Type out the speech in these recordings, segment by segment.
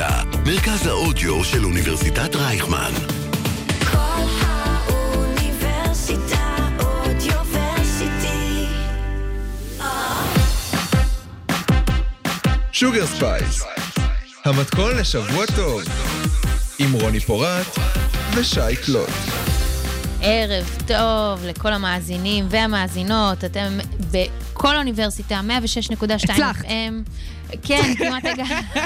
האוניברסיטה, מרכז האודיו של אוניברסיטת רייכמן. כל האוניברסיטה אודיוורסיטי. שוגר ספייס, המתכון לשבוע טוב, עם רוני פורט ושי קלוט. ערב טוב לכל המאזינים והמאזינות, אתם בכל אוניברסיטה 106.2 FM. כן, כמעט הגע.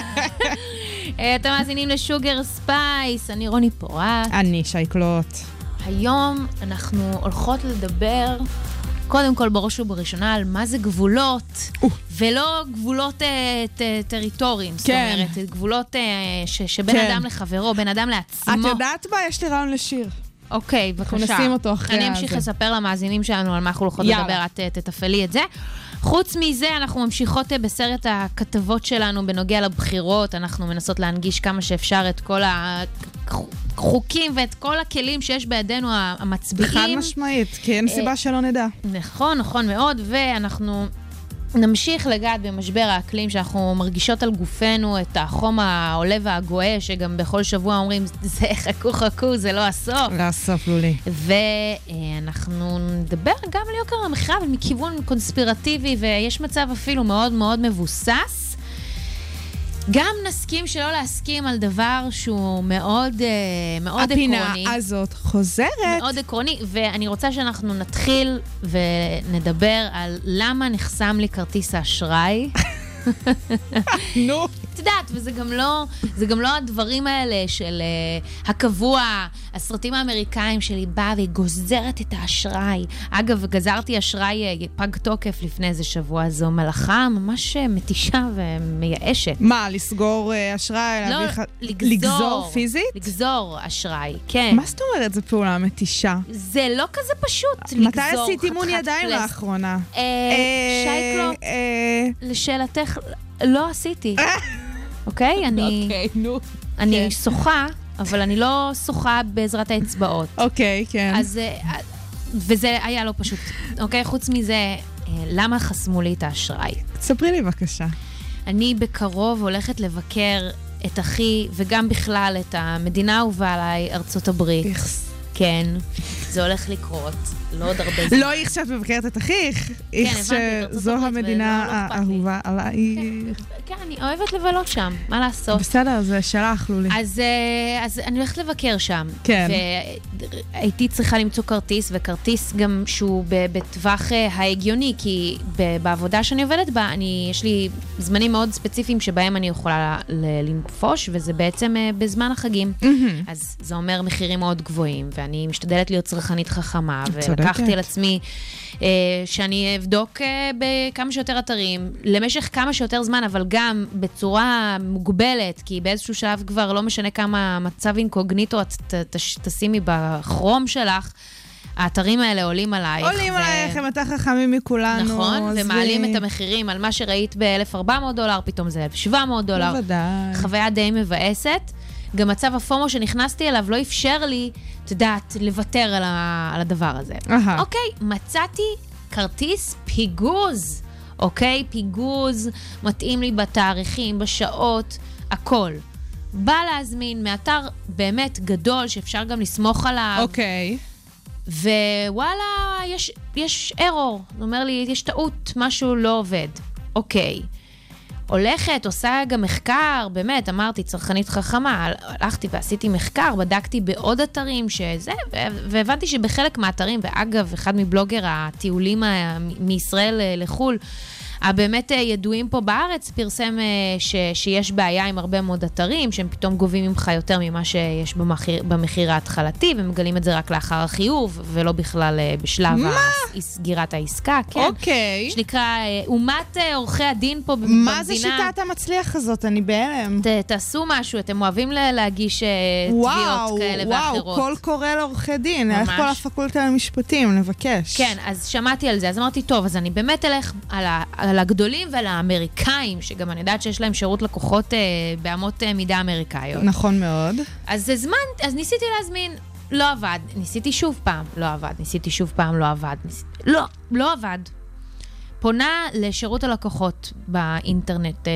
אתם מאזינים לשוגר ספייס, אני רוני פורט. אני שי קלוט. היום אנחנו הולכות לדבר קודם כל בראש ובראשונה על מה זה גבולות, ולא גבולות טריטוריים, זאת אומרת, גבולות שבין אדם לחברו, בין אדם לעצמו. את יודעת מה? יש לי רעיון לשיר. אוקיי, בבקשה. אנחנו נשים אותו אחרי אני אמשיך לספר למאזינים שלנו על מה אנחנו הולכות לדבר, את תתפעלי את זה. חוץ מזה, אנחנו ממשיכות בסרט הכתבות שלנו בנוגע לבחירות, אנחנו מנסות להנגיש כמה שאפשר את כל החוקים ואת כל הכלים שיש בידינו המצביעים. חד משמעית, כי אין סיבה שלא נדע. נכון, נכון מאוד, ואנחנו נמשיך לגעת במשבר האקלים שאנחנו מרגישות על גופנו, את החום העולה והגואה, שגם בכל שבוע אומרים, זה חכו, זה לא הסוף. לא הסוף, לולי. ואנחנו נדבר גם על יוקר המחיה, אבל מכיוון קונספירטיבי, ויש מצב אפילו מאוד מאוד מבוסס. גם נסכים שלא להסכים על דבר שהוא מאוד עקרוני. הפינה הזאת חוזרת. מאוד עקרוני, ואני רוצה שאנחנו נתחיל ונדבר על למה נחסם לי כרטיס האשראי. נו. את יודעת, וזה גם לא הדברים האלה של הקבוע, הסרטים האמריקאים שלי באה והיא גוזרת את האשראי. אגב, גזרתי אשראי פג תוקף לפני איזה שבוע, זו מלאכה ממש מתישה ומייאשת. מה, לסגור אשראי? לא, לגזור פיזית? לגזור אשראי, כן. מה זאת אומרת? זו פעולה מתישה. זה לא כזה פשוט לגזור מתי עשית אימון ידיים לאחרונה? שייקלוט, לשאלתך, לא עשיתי. אוקיי? אני שוחה, אבל אני לא שוחה בעזרת האצבעות. אוקיי, כן. וזה היה לא פשוט. אוקיי? חוץ מזה, למה חסמו לי את האשראי? תספרי לי בבקשה. אני בקרוב הולכת לבקר את אחי, וגם בכלל את המדינה האהובה עליי, ארצות הברית. כן, זה הולך לקרות. לא עוד הרבה זמן. לא איך שאת מבקרת את אחיך. איך שזו המדינה האהובה עליי. כן, אני אוהבת לבלות שם, מה לעשות? בסדר, זה שלך, לולי. אז אני הולכת לבקר שם. כן. והייתי צריכה למצוא כרטיס, וכרטיס גם שהוא בטווח ההגיוני, כי בעבודה שאני עובדת בה, יש לי זמנים מאוד ספציפיים שבהם אני יכולה לנפוש, וזה בעצם בזמן החגים. אז זה אומר מחירים מאוד גבוהים, ואני משתדלת להיות צרכנית חכמה, ולקחתי על עצמי שאני אבדוק בכמה שיותר אתרים, למשך כמה שיותר זמן, אבל גם בצורה מוגבלת, כי באיזשהו שלב כבר לא משנה כמה מצב אינקוגניטו את תשימי בכרום שלך, האתרים האלה עולים עלייך. עולים עלייך, הם יותר חכמים מכולנו. נכון, ומעלים את המחירים על מה שראית $1,400, פתאום זה $1,700. בוודאי. חוויה די מבאסת. גם מצב הפומו שנכנסתי אליו לא אפשר לי, תדעת, לוותר על הדבר הזה. אוקיי, מצאתי כרטיס פיגוז. אוקיי, פיגוז, מתאים לי בתאריכים, בשעות, הכל. בא להזמין מאתר באמת גדול שאפשר גם לסמוך עליו. אוקיי. ווואלה, יש ארור. זאת אומרת לי, יש טעות, משהו לא עובד. אוקיי. הולכת, עושה גם מחקר, באמת, אמרתי, צרכנית חכמה, הלכתי ועשיתי מחקר, בדקתי בעוד אתרים שזה, והבנתי שבחלק מהאתרים, ואגב, אחד מבלוגר הטיולים מישראל לחול, הבאמת ידועים פה בארץ, פרסם שיש בעיה עם הרבה מאוד אתרים, שהם פתאום גובים ממך יותר ממה שיש במחיר ההתחלתי, ומגלים את זה רק לאחר החיוב, ולא בכלל בשלב סגירת העסקה. כן. אוקיי. שנקרא, אומת עורכי הדין פה במדינה. מה זה שיטת המצליח הזאת? אני בהלם. תעשו משהו, אתם אוהבים להגיש תביעות כאלה ואחרות. וואו, כל קורא לעורכי דין, איך כל הפקולטה למשפטים, נבקש. כן, אז שמעתי על זה, אז אמרתי, טוב, אז אני באמת אלך על הגדולים ועל האמריקאים, שגם אני יודעת שיש להם שירות לקוחות באמות מידה אמריקאיות. נכון מאוד. אז ניסיתי להזמין, לא עבד. ניסיתי שוב פעם, לא עבד. ניסיתי שוב פעם, לא עבד. לא עבד. פונה לשירות הלקוחות באינטרנט,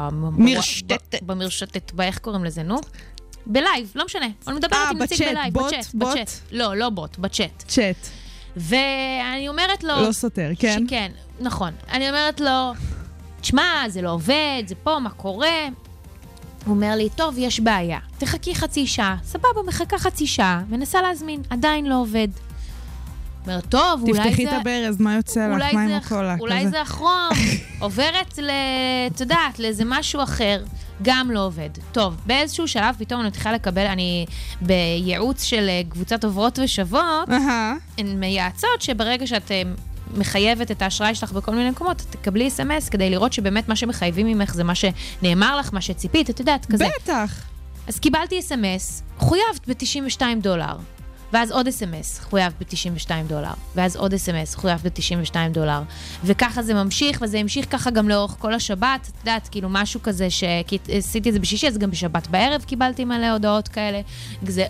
במרשתת, איך קוראים לזה, נו? בלייב, לא משנה. אני מדברת עם נציג בלייב, בצ'אט. לא בוט, בצ'אט. צ'אט. ואני אומרת לו... לא סותר, כן. שכן, נכון. אני אומרת לו, תשמע, זה לא עובד, זה פה, מה קורה? הוא אומר לי, טוב, יש בעיה. תחכי חצי שעה. סבבה, מחכה חצי שעה, מנסה להזמין, עדיין לא עובד. אומר, טוב, אולי זה... תפתחי את הברז, מה יוצא לך? מה עם הקולה? אולי זה אחרום. עוברת את יודעת, לאיזה משהו אחר. גם לא עובד. טוב, באיזשהו שלב פתאום אני מתחילה לקבל, אני בייעוץ של קבוצת עוברות ושוות, הן מייעצות שברגע שאת מחייבת את האשראי שלך בכל מיני מקומות, תקבלי SMS כדי לראות שבאמת מה שמחייבים ממך זה מה שנאמר לך, מה שציפית, את יודעת, כזה. בטח. אז קיבלתי SMS, חויבת $92. ואז עוד SMS, חויב $92, ואז עוד SMS, חויב $92, וככה זה ממשיך, וזה המשיך ככה גם לאורך כל השבת, את יודעת, כאילו משהו כזה, שעשיתי את זה בשישי, אז גם בשבת בערב קיבלתי מלא הודעות כאלה, זה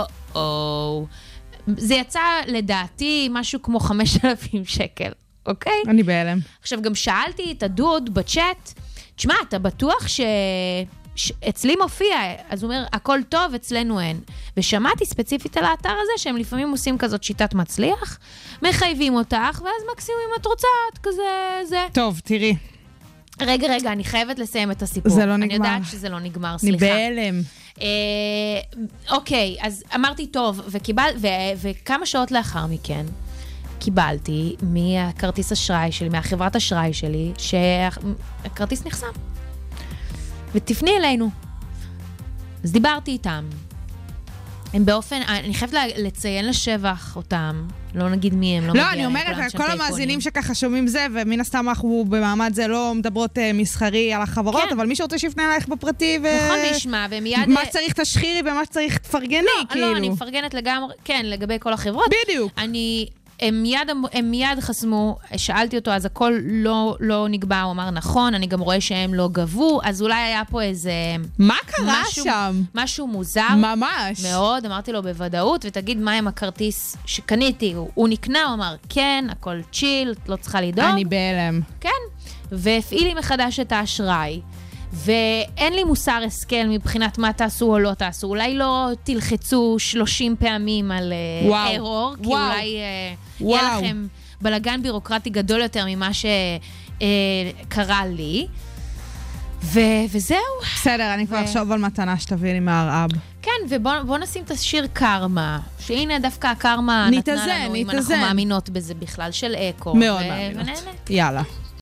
זה יצא לדעתי משהו כמו 5,000 שקל, אוקיי? אני בהלם. עכשיו גם שאלתי את הדוד בצ'אט, תשמע, אתה בטוח אצלי מופיע, אז הוא אומר, הכל טוב, אצלנו אין. ושמעתי ספציפית על האתר הזה, שהם לפעמים עושים כזאת שיטת מצליח, מחייבים אותך, ואז מקסימום אם את רוצה, את כזה, זה. טוב, תראי. רגע, אני חייבת לסיים את הסיפור. זה לא נגמר. אני יודעת שזה לא נגמר, סליחה. אני בהלם. אוקיי, אז אמרתי טוב, וכמה שעות לאחר מכן, קיבלתי מהכרטיס אשראי שלי, מהחברת אשראי שלי, שהכרטיס נחסם. ותפני אלינו. אז דיברתי איתם. הם באופן, אני חייבת לציין לשבח אותם, לא נגיד מי הם, לא, אני אומרת, כל המאזינים שככה שומעים זה, ומן הסתם אנחנו במעמד זה לא מדברות מסחרי על החברות, אבל מי שרוצה שיפנה עלייך בפרטי, נכון, וישמע, ומיד... מה שצריך תשחירי ומה שצריך תפרגני, כאילו. לא, אני מפרגנת לגמרי, כן, לגבי כל החברות. בדיוק. הם מיד חסמו, שאלתי אותו, אז הכל לא נקבע, הוא אמר נכון, אני גם רואה שהם לא גבו, אז אולי היה פה איזה... מה קרה שם? משהו מוזר. ממש. מאוד, אמרתי לו בוודאות, ותגיד מה עם הכרטיס שקניתי, הוא נקנה, הוא אמר, כן, הכל צ'יל, לא צריכה לדאוג. אני בהלם. כן, והפעיל לי מחדש את האשראי. ואין לי מוסר השכל מבחינת מה תעשו או לא תעשו. אולי לא תלחצו 30 פעמים על error, כי אולי יהיה לכם בלגן בירוקרטי גדול יותר ממה שקרה לי. וזהו. בסדר, אני כבר אחשוב על מתנה שתביא לי מהרעב. כן, ובוא נשים את השיר קרמה, שהנה דווקא הקרמה נתנה לנו, אם אנחנו מאמינות בזה בכלל, של אקו. מאוד מאמינות. יאללה.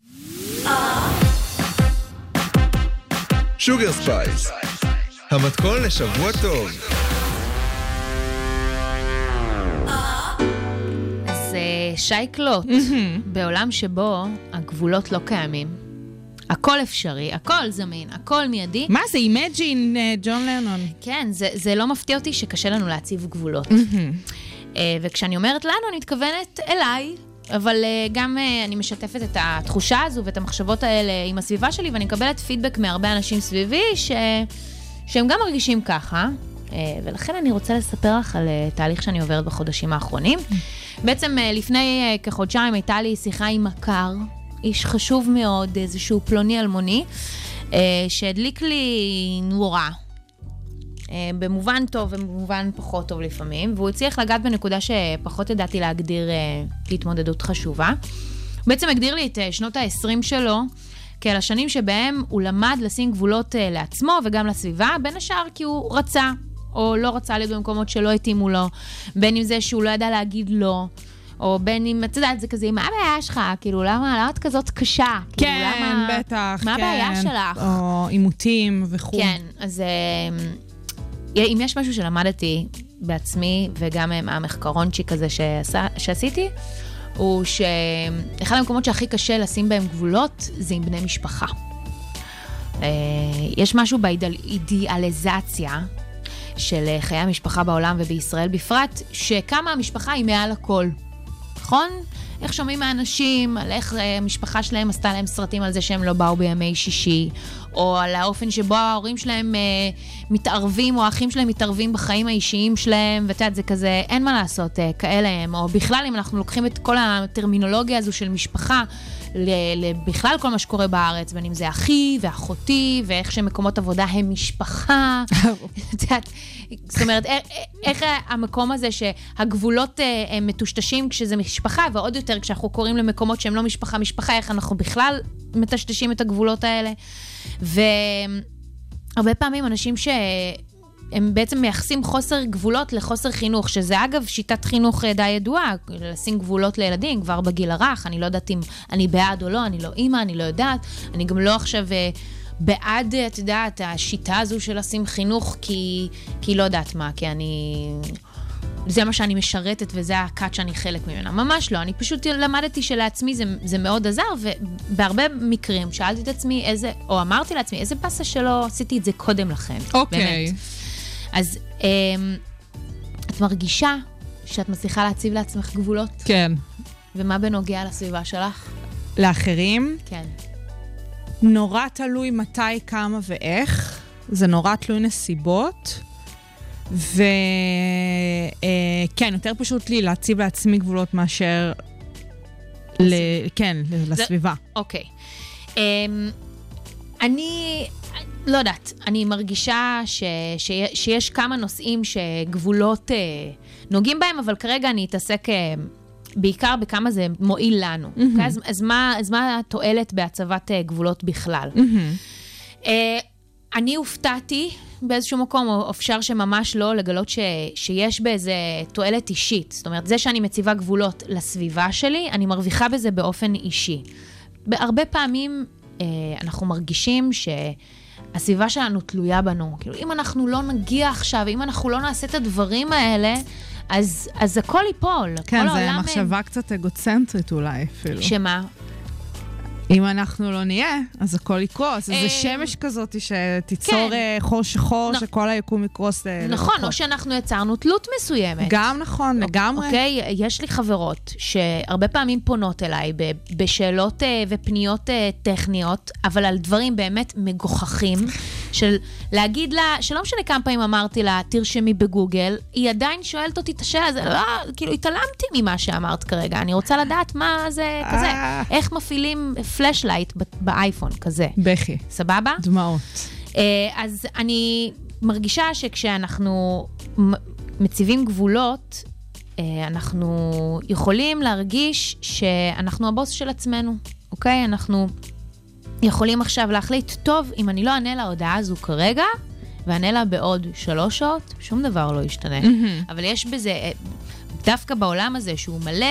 שוגר ספייס, המתכון לשבוע טוב. אז שייקלוט, בעולם שבו הגבולות לא קיימים, הכל אפשרי, הכל זמין, הכל מיידי. מה זה, אימג'ין, ג'ון לרנון? כן, זה לא מפתיע אותי שקשה לנו להציב גבולות. וכשאני אומרת לנו, אני מתכוונת אליי, אבל גם אני משתפת את התחושה הזו ואת המחשבות האלה עם הסביבה שלי, ואני מקבלת פידבק מהרבה אנשים סביבי שהם גם מרגישים ככה, ולכן אני רוצה לספר לך על תהליך שאני עוברת בחודשים האחרונים. בעצם לפני כחודשיים הייתה לי שיחה עם מכר, איש חשוב מאוד, איזשהו פלוני אלמוני, שהדליק לי נורה. במובן טוב ובמובן פחות טוב לפעמים, והוא הצליח לגעת בנקודה שפחות ידעתי להגדיר כהתמודדות חשובה. הוא בעצם הגדיר לי את שנות ה-20 שלו, כאל השנים שבהם הוא למד לשים גבולות לעצמו וגם לסביבה, בין השאר כי הוא רצה, או לא רצה להיות במקומות שלא התאימו לו, בין אם זה שהוא לא ידע להגיד לא, או בין אם, אתה יודעת, זה כזה, מה הבעיה שלך? כאילו, למה את כזאת קשה? כן, בטח, מה הבעיה שלך? או עימותים וכו'. כן, אז אם יש משהו שלמדתי בעצמי, וגם מהמחקרונצ'יק הזה שעשיתי, הוא שאחד המקומות שהכי קשה לשים בהם גבולות, זה עם בני משפחה. יש משהו באידיאליזציה של חיי המשפחה בעולם ובישראל בפרט, שכמה המשפחה היא מעל הכל. נכון? איך שומעים מהאנשים, על איך המשפחה שלהם עשתה להם סרטים על זה שהם לא באו בימי שישי, או על האופן שבו ההורים שלהם מתערבים, או האחים שלהם מתערבים בחיים האישיים שלהם, ואתה יודע, זה כזה, אין מה לעשות, כאלה הם, או בכלל, אם אנחנו לוקחים את כל הטרמינולוגיה הזו של משפחה, בכלל כל מה שקורה בארץ, בין אם זה אחי ואחותי, ואיך שמקומות עבודה הם משפחה. זאת אומרת, איך המקום הזה שהגבולות הם מטושטשים כשזה משפחה, ועוד יותר כשאנחנו קוראים למקומות שהם לא משפחה, איך אנחנו בכלל מטשטשים את הגבולות האלה. והרבה פעמים אנשים הם בעצם מייחסים חוסר גבולות לחוסר חינוך, שזה אגב שיטת חינוך די ידועה, לשים גבולות לילדים כבר בגיל הרך, אני לא יודעת אם אני בעד או לא, אני לא אימא, אני לא יודעת, אני גם לא עכשיו בעד, את יודעת, השיטה הזו של לשים חינוך, כי לא יודעת מה, כי זה מה שאני משרתת וזה הקאט שאני חלק ממנה. ממש לא, אני פשוט למדתי שלעצמי זה מאוד עזר, ובהרבה מקרים שאלתי את עצמי או אמרתי לעצמי, איזה פסה שלא עשיתי את זה קודם לכן. אוקיי. באמת. אז את מרגישה שאת מצליחה להציב לעצמך גבולות? כן. ומה בנוגע לסביבה שלך? לאחרים? כן. נורא תלוי מתי, כמה ואיך. זה נורא תלוי נסיבות. וכן, יותר פשוט לי להציב לעצמי גבולות מאשר לסביבה. אוקיי. אני לא יודעת, אני מרגישה שיש כמה נושאים שגבולות נוגעים בהם, אבל כרגע אני אתעסק בעיקר בכמה זה מועיל לנו. אז מה התועלת בהצבת גבולות בכלל? אני הופתעתי באיזשהו מקום, או אפשר שממש לא לגלות שיש באיזה תועלת אישית. זאת אומרת, זה שאני מציבה גבולות לסביבה שלי, אני מרוויחה בזה באופן אישי. בהרבה פעמים אנחנו מרגישים שהסביבה שלנו תלויה בנו. כאילו, אם אנחנו לא נגיע עכשיו, אם אנחנו לא נעשה את הדברים האלה, אז הכל ייפול. כן, זה מחשבה קצת אגוצנטרית אולי אפילו. שמה? אם אנחנו לא נהיה, אז הכל יקרוס. זה שמש כזאת שתיצור חור שחור, שכל היקום יקרוס. נכון, או שאנחנו יצרנו תלות מסוימת. גם נכון, לגמרי. אוקיי, יש לי חברות שהרבה פעמים פונות אליי בשאלות ופניות טכניות, אבל על דברים באמת מגוחכים, של להגיד לה, שלא משנה כמה פעמים אמרתי לה, תרשמי בגוגל, היא עדיין שואלת אותי את השאלה, זה לא, כאילו התעלמתי ממה שאמרת כרגע, אני רוצה לדעת מה זה כזה, איך מפעילים פלאשלייט באייפון כזה. בכי. סבבה? דמעות. אז אני מרגישה שכשאנחנו מציבים גבולות, אנחנו יכולים להרגיש שאנחנו הבוס של עצמנו, אוקיי? אנחנו יכולים עכשיו להחליט, טוב, אם אני לא אענה להודעה הזו כרגע, ואענה לה בעוד 3 שעות, שום דבר לא ישתנה. אבל יש בזה, דווקא בעולם הזה, שהוא מלא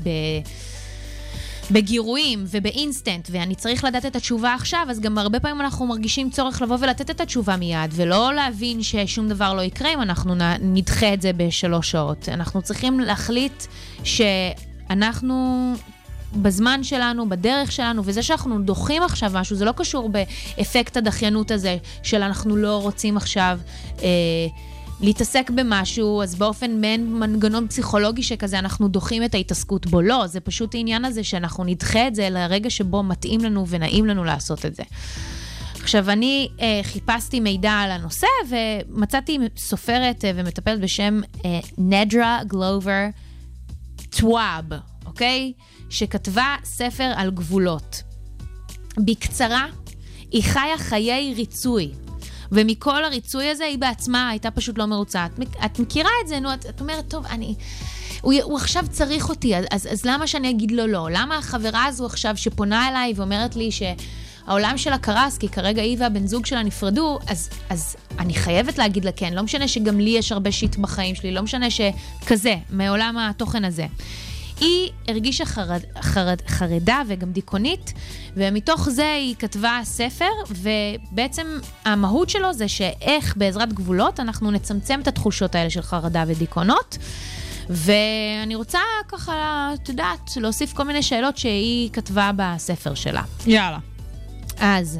בגירויים ובאינסטנט, ואני צריך לדעת את התשובה עכשיו, אז גם הרבה פעמים אנחנו מרגישים צורך לבוא ולתת את התשובה מיד, ולא להבין ששום דבר לא יקרה אם אנחנו נדחה את זה ב3 שעות. אנחנו צריכים להחליט שאנחנו בזמן שלנו, בדרך שלנו, וזה שאנחנו דוחים עכשיו משהו, זה לא קשור באפקט הדחיינות הזה, של אנחנו לא רוצים עכשיו להתעסק במשהו, אז באופן מעין מנגנון פסיכולוגי שכזה, אנחנו דוחים את ההתעסקות בו. לא, זה פשוט העניין הזה שאנחנו נדחה את זה לרגע שבו מתאים לנו ונעים לנו לעשות את זה. עכשיו, אני חיפשתי מידע על הנושא, ומצאתי סופרת ומטפלת בשם נדרה גלובר טוואב, אוקיי? שכתבה ספר על גבולות. בקצרה, היא חיה חיי ריצוי. ומכל הריצוי הזה, היא בעצמה הייתה פשוט לא מרוצה. את מכירה את זה, נו, את אומרת, טוב, הוא עכשיו צריך אותי, אז למה שאני אגיד לו לא? למה החברה הזו עכשיו שפונה אליי ואומרת לי שהעולם שלה קרס, כי כרגע היא והבן זוג שלה נפרדו, אז אני חייבת להגיד לה כן, לא משנה שגם לי יש הרבה שיט בחיים שלי, לא משנה שכזה, מעולם התוכן הזה. היא הרגישה חרדה וגם דיכאונית, ומתוך זה היא כתבה ספר, ובעצם המהות שלו זה שאיך בעזרת גבולות אנחנו נצמצם את התחושות האלה של חרדה ודיכאונות, ואני רוצה ככה, את יודעת, להוסיף כל מיני שאלות שהיא כתבה בספר שלה. יאללה. אז,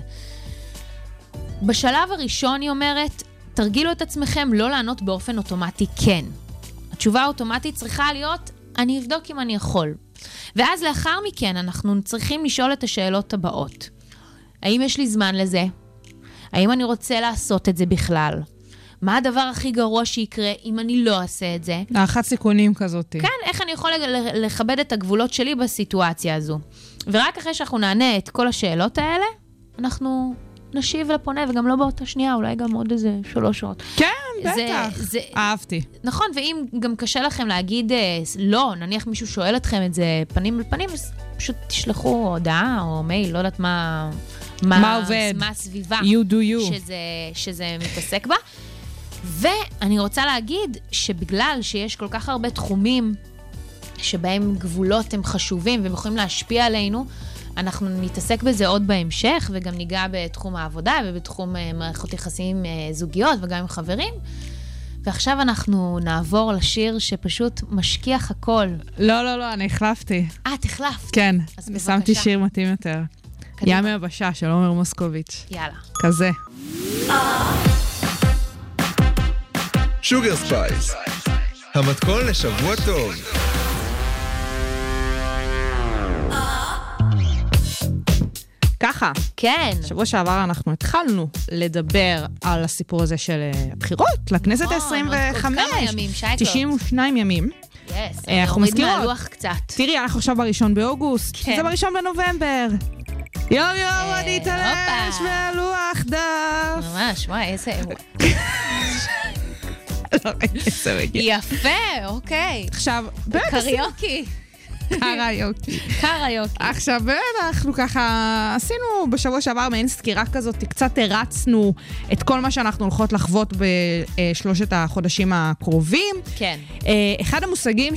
בשלב הראשון היא אומרת, תרגילו את עצמכם לא לענות באופן אוטומטי כן. התשובה האוטומטית צריכה להיות, אני אבדוק אם אני יכול. ואז לאחר מכן אנחנו צריכים לשאול את השאלות הבאות. האם יש לי זמן לזה? האם אני רוצה לעשות את זה בכלל? מה הדבר הכי גרוע שיקרה אם אני לא אעשה את זה? הערכת סיכונים כזאת. כן, איך אני יכול לכבד את הגבולות שלי בסיטואציה הזו. ורק אחרי שאנחנו נענה את כל השאלות האלה, אנחנו נשיב לפונה, וגם לא באותה שנייה, אולי גם עוד איזה 3 שעות. כן, בטח. אהבתי. נכון, ואם גם קשה לכם להגיד לא, נניח מישהו שואל אתכם את זה פנים אל פנים, אז פשוט תשלחו הודעה או מייל, לא יודעת מה עובד, מה הסביבה שזה מתעסק בה. ואני רוצה להגיד שבגלל שיש כל כך הרבה תחומים שבהם גבולות הם חשובים והם יכולים להשפיע עלינו, אנחנו נתעסק בזה עוד בהמשך, וגם ניגע בתחום העבודה ובתחום מערכות יחסים זוגיות וגם עם חברים. ועכשיו אנחנו נעבור לשיר שפשוט משכיח הכל. לא, אני החלפתי. תחלפת. כן, שמתי שיר מתאים יותר. ים היבשה של עומר מוסקוביץ'. יאללה. כזה. שוגר ספייס, המתכון לשבוע טוב. ככה. כן. שבוע שעבר אנחנו התחלנו לדבר על הסיפור הזה של הבחירות לכנסת ה-25. עוד כמה ימים, שייקו. 92 ימים. אנחנו מזכירות. מהלוח קצת. תראי, אנחנו עכשיו ב1 באוגוסט. כן. זה ב1 בנובמבר. יום אני תלש מהלוח דף. ממש, וואי, איזה... יפה, אוקיי. עכשיו, קריוקי. קריוקי. עכשיו, אנחנו ככה עשינו בשבוע שעבר מעין סקירה כזאת, קצת הרצנו את כל מה שאנחנו הולכות לחוות ב3 החודשים הקרובים. כן. אחד המושגים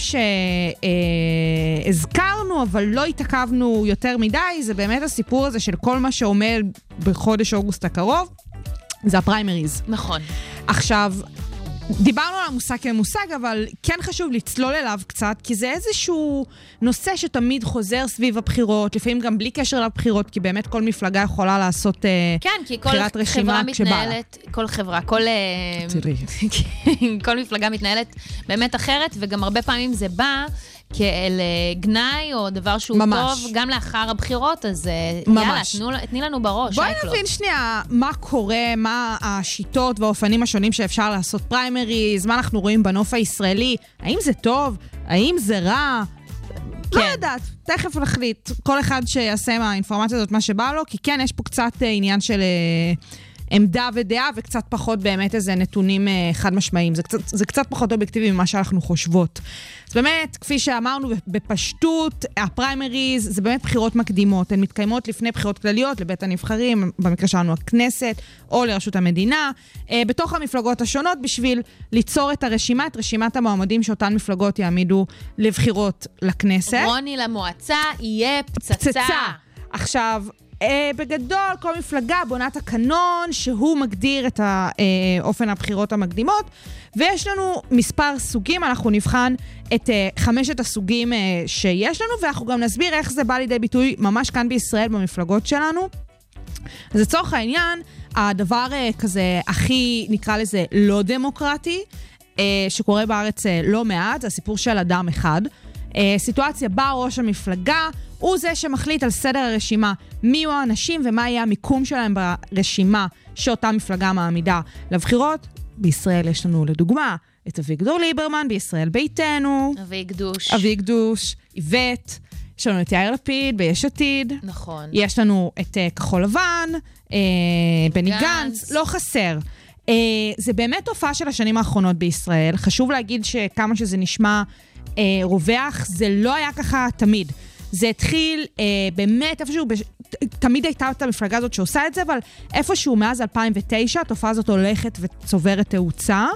שהזכרנו, אבל לא התעכבנו יותר מדי, זה באמת הסיפור הזה של כל מה שעומד בחודש אוגוסט הקרוב, זה הפריימריז. נכון. עכשיו, דיברנו על המושג כמושג, אבל כן חשוב לצלול אליו קצת, כי זה איזשהו נושא שתמיד חוזר סביב הבחירות, לפעמים גם בלי קשר לבחירות, כי באמת כל מפלגה יכולה לעשות בחירת רשימה כשבא לה. כל מפלגה מתנהלת באמת אחרת, וגם הרבה פעמים זה בא כאל גנאי או דבר שהוא ממש טוב, גם לאחר הבחירות, אז יאללה, תני לנו בראש. בואי נבין שנייה מה קורה, מה השיטות והאופנים השונים שאפשר לעשות פריימריז, מה אנחנו רואים בנוף הישראלי, האם זה טוב, האם זה רע, לא יודעת, תכף נחליט, כל אחד שיעשה מהאינפורמציה הזאת מה שבא לו, כי כן, יש פה קצת עניין של עמדה ודעה, וקצת פחות באמת איזה נתונים חד משמעיים. זה קצת פחות אובייקטיבי ממה שאנחנו חושבות. אז באמת, כפי שאמרנו בפשטות, הפריימריז זה באמת בחירות מקדימות. הן מתקיימות לפני בחירות כלליות, לבית הנבחרים, במקרה שלנו הכנסת, או לרשות המדינה, בתוך המפלגות השונות, בשביל ליצור את הרשימה, את רשימת המועמדים שאותן מפלגות יעמידו לבחירות לכנסת. רוני למועצה יהיה פצצה. עכשיו, בגדול, כל מפלגה בונה תקנון שהוא מגדיר את אופן הבחירות המקדימות, ויש לנו מספר סוגים, אנחנו נבחן את 5 הסוגים שיש לנו, ואנחנו גם נסביר איך זה בא לידי ביטוי ממש כאן בישראל במפלגות שלנו. אז לצורך העניין, הדבר כזה הכי, נקרא לזה, לא דמוקרטי, שקורה בארץ לא מעט, זה הסיפור של אדם אחד. סיטואציה בה ראש המפלגה הוא זה שמחליט על סדר הרשימה, מי יהיו האנשים ומה יהיה המיקום שלהם ברשימה שאותה מפלגה מעמידה לבחירות. בישראל יש לנו לדוגמה את אביגדור ליברמן, בישראל ביתנו, אביגדוש, איבט, יש לנו את יאיר לפיד ביש עתיד, נכון. יש לנו את כחול לבן, בני גנץ, לא חסר. זה באמת תופעה של השנים האחרונות בישראל. חשוב להגיד שכמה שזה נשמע רווח, זה לא היה ככה תמיד. זה התחיל באמת איפשהו, תמיד הייתה את המפלגה הזאת שעושה את זה, אבל איפשהו מאז 2009, התופעה הזאת הולכת וצוברת תאוצה.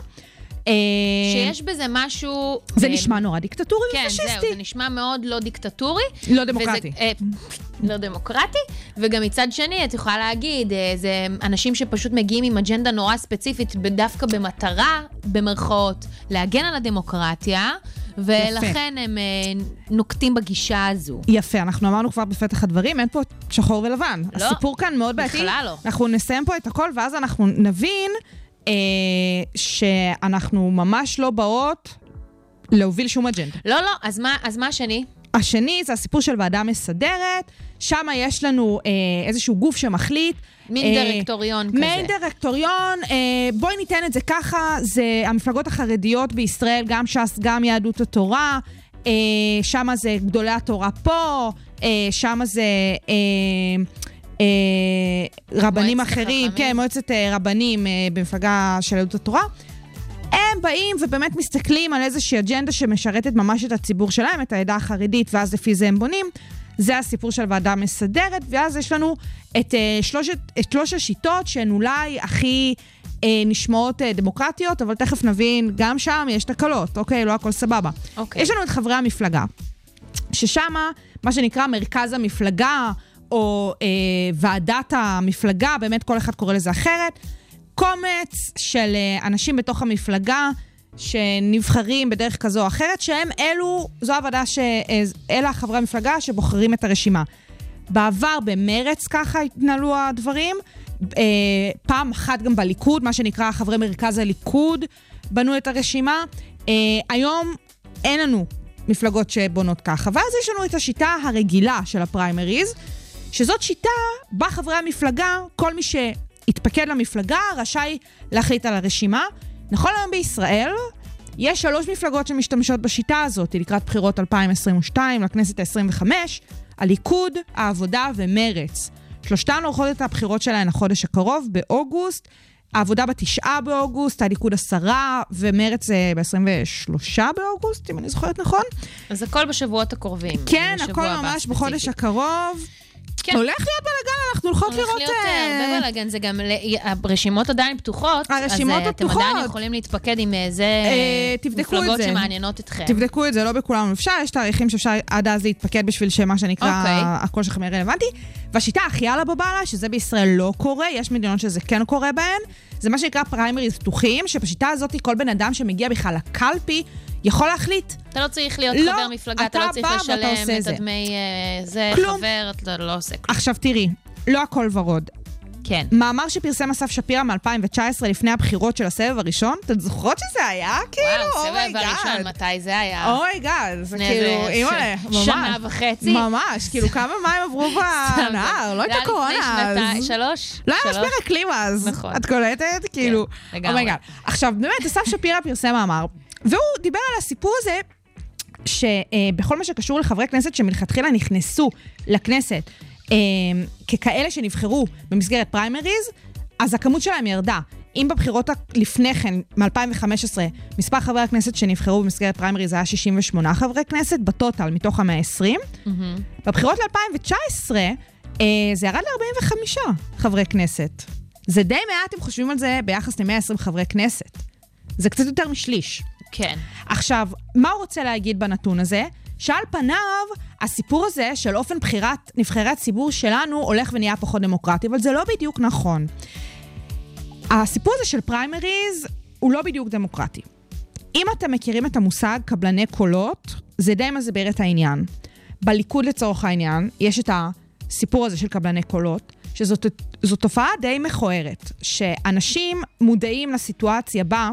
שיש בזה משהו... זה נשמע נורא דיקטטורי ופשיסטי. כן, זהו, זה נשמע מאוד לא דיקטטורי. לא דמוקרטי. לא דמוקרטי, וגם מצד שני, את יכולה להגיד, זה אנשים שפשוט מגיעים עם אג'נדה נורא ספציפית, דווקא במטרה, במרכאות, להגן על הדמוקרטיה, ולכן הם נוקטים בגישה הזו. יפה, אנחנו אמרנו כבר בפתח הדברים, אין פה שחור ולבן. לא, הסיפור כאן מאוד בעייתי. בכלל לא. אנחנו נסיים פה את הכל, ואז אנחנו נבין שאנחנו ממש לא באות להוביל שום אג'נדה. לא, אז מה השני? השני זה הסיפור של ועדה מסדרת, שם יש לנו איזשהו גוף שמחליט. מין דירקטוריון כזה. מין דירקטוריון, בואי ניתן את זה ככה, זה המפלגות החרדיות בישראל, גם ש"ס, גם יהדות התורה, שם זה גדולי התורה פה, שם זה רבנים אחרים, כן, מועצת רבנים במפלגה של יהדות התורה. הם באים ובאמת מסתכלים על איזושהי אג'נדה שמשרתת ממש את הציבור שלהם, את העדה החרדית, ואז לפי זה הם בונים. זה הסיפור של ועדה מסדרת, ואז יש לנו את שלוש השיטות שהן אולי הכי נשמעות דמוקרטיות, אבל תכף נבין, גם שם יש תקלות, אוקיי? לא הכל סבבה. אוקיי. יש לנו את חברי המפלגה, ששם מה שנקרא מרכז המפלגה, או ועדת המפלגה, באמת כל אחד קורא לזה אחרת, קומץ של אנשים בתוך המפלגה, שנבחרים בדרך כזו או אחרת, שהם אלו, זו העבודה אלה חברי המפלגה שבוחרים את הרשימה. בעבר במרץ ככה התנהלו הדברים, פעם אחת גם בליכוד, מה שנקרא חברי מרכז הליכוד, בנו את הרשימה. היום אין לנו מפלגות שבונות ככה, ואז יש לנו את השיטה הרגילה של הפריימריז, שזאת שיטה בה חברי המפלגה, כל מי שהתפקד למפלגה, רשאי להחליט על הרשימה. נכון היום בישראל, יש 3 מפלגות שמשתמשות בשיטה הזאת, לקראת בחירות 2022, לכנסת ה-25, הליכוד, העבודה ומרץ. שלושתן עורכות את הבחירות שלהן החודש הקרוב, באוגוסט, העבודה ב9 באוגוסט, הליכוד 10, ומרץ ב-23 באוגוסט, אם אני זוכרת נכון. אז הכל בשבועות הקרובים. כן, הכל ממש בחודש הקרוב. כן. הולך להיות בלגן, אנחנו הולכות לראות... הולך להיות הרבה בלגן, זה גם, הרשימות עדיין פתוחות, הרשימות אז הפתוחות. אתם עדיין יכולים להתפקד עם איזה מפלגות שמעניינות אתכם. תבדקו את זה, לא בכולם אפשר, יש תאריכים שאפשר עד אז להתפקד בשביל שמה שנקרא הכל שלכם יהיה רלוונטי, והשיטה הכי על הבבלה, שזה בישראל לא קורה, יש מדינות שזה כן קורה בהן, זה מה שנקרא פריימריז פתוחים, שבשיטה הזאת כל בן אדם שמגיע בכלל לקלפי, יכול להחליט. אתה לא צריך להיות חבר מפלגה, אתה לא צריך לשלם את הדמי זה, חבר, אתה לא עושה כלום. עכשיו תראי, לא הכל ורוד. כן. מאמר שפרסם אסף שפירא מ-2019 לפני הבחירות של הסבב הראשון, אתם זוכרות שזה היה? כאילו, סבב הראשון, מתי זה היה? אומייגאד, זה כאילו, ממש. שנה וחצי. ממש, כאילו כמה מים עברו בנהר, לא הייתה קורונה אז. 3? לא היה משבר אקלים אז. נכון. את קולטת? כאילו, אומייגאד. עכשיו, באמת, אסף שפירא פרסם מאמר, והוא דיבר על הסיפור הזה, שבכל מה שקשור לחברי כנסת שמלכתחילה נכנסו לכנסת, ככאלה שנבחרו במסגרת פריימריז, אז הכמות שלהם ירדה. אם בבחירות לפני כן, מ-2015, מספר חברי הכנסת שנבחרו במסגרת פריימריז היה 68 חברי כנסת, בטוטל מתוך ה-120. בבחירות ל-2019, זה ירד ל-45 חברי כנסת. זה די מעט, אם חושבים על זה, ביחס ל-120 חברי כנסת. זה קצת יותר משליש. כן. עכשיו, מה הוא רוצה להגיד בנתון הזה? שעל פניו, הסיפור הזה של אופן בחירת נבחרי הציבור שלנו הולך ונהיה פחות דמוקרטי, אבל זה לא בדיוק נכון. הסיפור הזה של פריימריז הוא לא בדיוק דמוקרטי. אם אתם מכירים את המושג קבלני קולות, זה די מסביר את העניין. בליכוד לצורך העניין, יש את הסיפור הזה של קבלני קולות, שזאת תופעה די מכוערת, שאנשים מודעים לסיטואציה בה,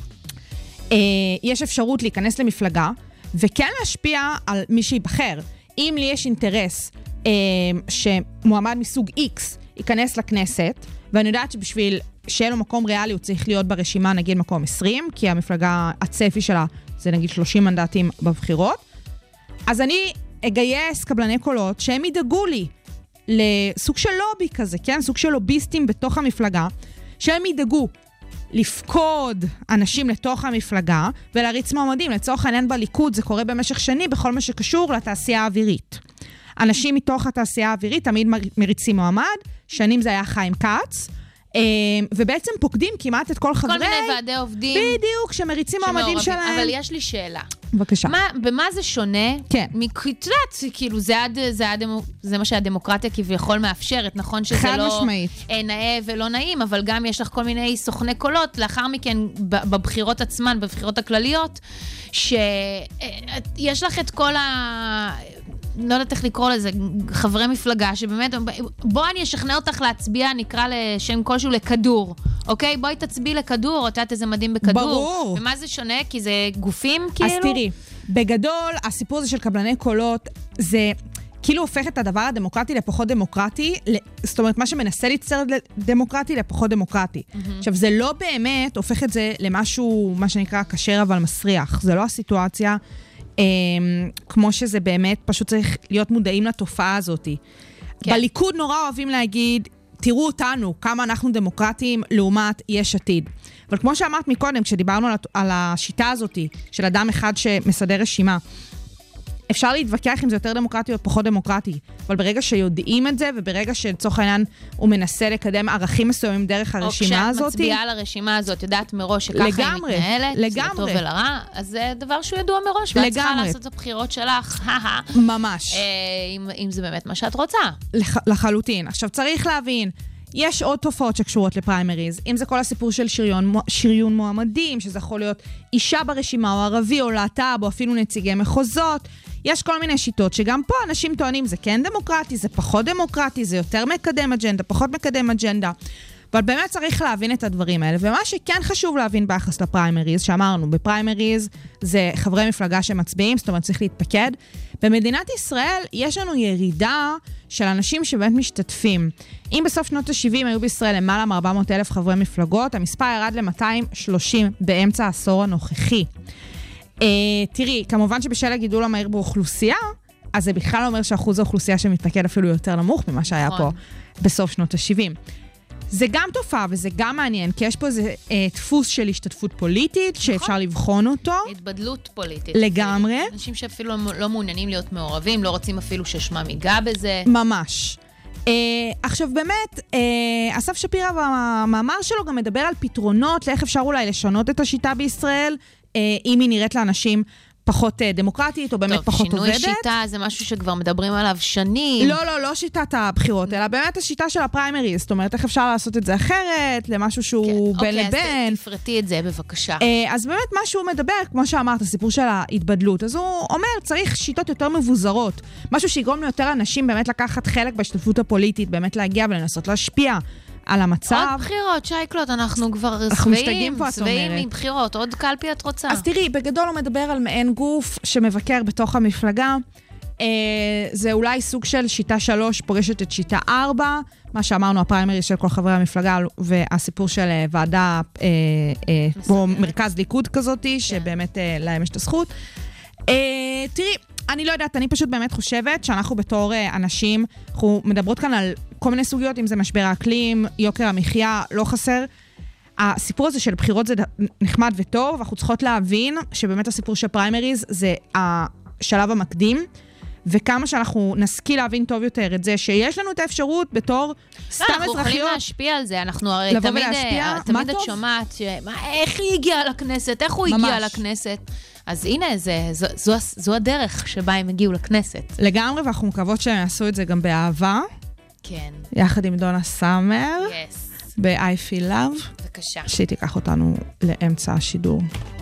יש אפשרות להיכנס למפלגה, וכן להשפיע על מי שיבחר. אם לי יש אינטרס שמועמד מסוג X ייכנס לכנסת, ואני יודעת שבשביל שיהיה לו מקום ריאלי הוא צריך להיות ברשימה נגיד מקום 20, כי המפלגה הצפי שלה זה נגיד 30 מנדטים בבחירות, אז אני אגייס קבלני קולות שהם ידאגו לי לסוג של לובי כזה, כן? סוג של לוביסטים בתוך המפלגה, שהם ידאגו לפקוד אנשים לתוך המפלגה ולהריץ מועמדים. לצורך העניין בליכוד זה קורה במשך שנים בכל מה שקשור לתעשייה האווירית. אנשים מתוך התעשייה האווירית תמיד מריצים מועמד, שנים זה היה חיים כץ, ובעצם פוקדים כמעט את כל חברי... כל מיני ועדי עובדים. בדיוק, שמריצים מועמדים שלהם. אבל יש לי שאלה. בבקשה. במה זה שונה? כן. מכתלת, כאילו, זה מה שהדמוקרטיה כביכול מאפשרת, נכון שזה חד לא משמעית. נאה ולא נעים, אבל גם יש לך כל מיני סוכני קולות, לאחר מכן בבחירות עצמן, בבחירות הכלליות, שיש לך את כל לא יודעת איך לקרוא לזה, חברי מפלגה, שבאמת, בוא אני אשכנע אותך להצביע, נקרא לשם כלשהו לכדור, אוקיי? בואי תצביע לכדור, או תעת איזה מדהים בכדור. ברור. ומה זה שונה? כי זה גופים, כאילו? אז תראי, בגדול, הסיפור הזה של קבלני קולות, זה כאילו הופך את הדבר הדמוקרטי לפחות דמוקרטי, זאת אומרת, מה שמנסה להצטר דמוקרטי לפחות דמוקרטי. עכשיו, זה לא באמת הופך את זה למשהו, מה שנקרא, כשר אבל מסריח. זה לא הסיטואציה, כמו שזה באמת, פשוט צריך להיות מודעים לתופעה הזאת. כן. בליכוד נורא אוהבים להגיד, תראו אותנו, כמה אנחנו דמוקרטיים לעומת יש עתיד. אבל כמו שאמרת מקודם, כשדיברנו על השיטה הזאת, של אדם אחד שמסדר רשימה, אפשר להתווכח אם זה יותר דמוקרטי או פחות דמוקרטי, אבל ברגע שיודעים את זה, וברגע שלצורך העניין הוא מנסה לקדם ערכים מסוימים דרך הרשימה הזאת... או כשאת מצביעה על הרשימה הזאת, יודעת מראש שככה היא מתנהלת, לטוב ולרע, אז זה דבר שהוא ידוע מראש, ואת צריכה לעשות את הבחירות שלך, ממש. אם זה באמת מה שאת רוצה. לחלוטין. עכשיו צריך להבין, יש עוד תופעות שקשורות לפריימריז, אם זה כל הסיפור של שריון מועמדים, שזה יכול להיות אישה ברשימה, או ערבי, או להט"ב, או אפילו נציגי מחוזות. יש כל מיני שיטות שגם פה אנשים טוענים, זה כן דמוקרטי, זה פחות דמוקרטי, זה יותר מקדם אג'נדה, פחות מקדם אג'נדה. אבל באמת צריך להבין את הדברים האלה. ומה שכן חשוב להבין ביחס לפריימריז, שאמרנו, בפריימריז זה חברי מפלגה שמצביעים, זאת אומרת צריך להתפקד. במדינת ישראל יש לנו ירידה של אנשים שבאמת משתתפים. אם בסוף שנות ה-70 היו בישראל למעלה מ-400,000 חברי מפלגות, המספר ירד ל-230 באמצע העשור הנוכחי. תראי, כמובן שבשל הגידול המהיר באוכלוסייה, אז זה בכלל לא אומר שאחוז האוכלוסייה שמתפקד אפילו יותר נמוך ממה שהיה פה בסוף שנות ה-70. זה גם תופעה וזה גם מעניין, כי יש פה איזה דפוס של השתתפות פוליטית, שאפשר לבחון אותו. התבדלות פוליטית. לגמרי. אנשים שאפילו לא מעוניינים להיות מעורבים, לא רוצים אפילו ששמם ייגע בזה. ממש. עכשיו באמת, אסף שפירא במאמר שלו גם מדבר על פתרונות, לאיך אפשר אולי לשנות את השיטה בישראל, אם היא נראית לאנשים פחות דמוקרטית, או באמת פחות עובדת. טוב, שינוי שיטה זה משהו שכבר מדברים עליו שנים. לא שיטת הבחירות, אלא באמת השיטה של הפריימריז. זאת אומרת, איך אפשר לעשות את זה אחרת, למשהו שהוא בין לבין. אוקיי, אז תפרטי את זה, בבקשה. אז באמת מה שהוא מדבר, כמו שאמרת, הסיפור של ההתבדלות, אז הוא אומר, צריך שיטות יותר מבוזרות. משהו שיגרום ליותר אנשים באמת לקחת חלק בהשתתפות הפוליטית, באמת להגיע ולנסות להשפיע על המצב. עוד בחירות, שייקלוט, אנחנו כבר שבעים מבחירות, עוד קלפי את רוצה. אז תראי, בגדול הוא מדבר על מעין גוף שמבקר בתוך המפלגה. זה אולי סוג של שיטה 3 פוגשת את שיטה 4, מה שאמרנו, הפריימריז של כל חברי המפלגה, והסיפור של ועדה, כמו מרכז ליכוד כזאת, שבאמת להם יש את הזכות. תראי, אני לא יודעת, אני פשוט באמת חושבת שאנחנו בתור אנשים, אנחנו מדברות כאן על כל מיני סוגיות, אם זה משבר האקלים, יוקר המחיה, לא חסר. הסיפור הזה של בחירות זה נחמד וטוב, אנחנו צריכות להבין שבאמת הסיפור של פריימריז זה השלב המקדים, וכמה שאנחנו נשכיל להבין טוב יותר את זה, שיש לנו את האפשרות בתור סתם אזרחיות. אנחנו יכולים להשפיע על זה, אנחנו הרי תמיד את שומעת, איך היא הגיעה לכנסת, איך הוא הגיע לכנסת. אז הנה, זו הדרך שבה הם הגיעו לכנסת. לגמרי, ואנחנו מקוות שהם יעשו את זה גם באהבה. כן. יחד עם דונה סאמר. Yes. ב-I Feel Love. בבקשה. שהיא תיקח אותנו לאמצע השידור.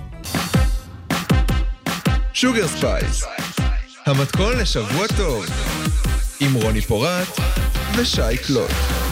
שוגר ספייס. המתכון לשבוע טוב. עם רוני פורט ושי קלוט.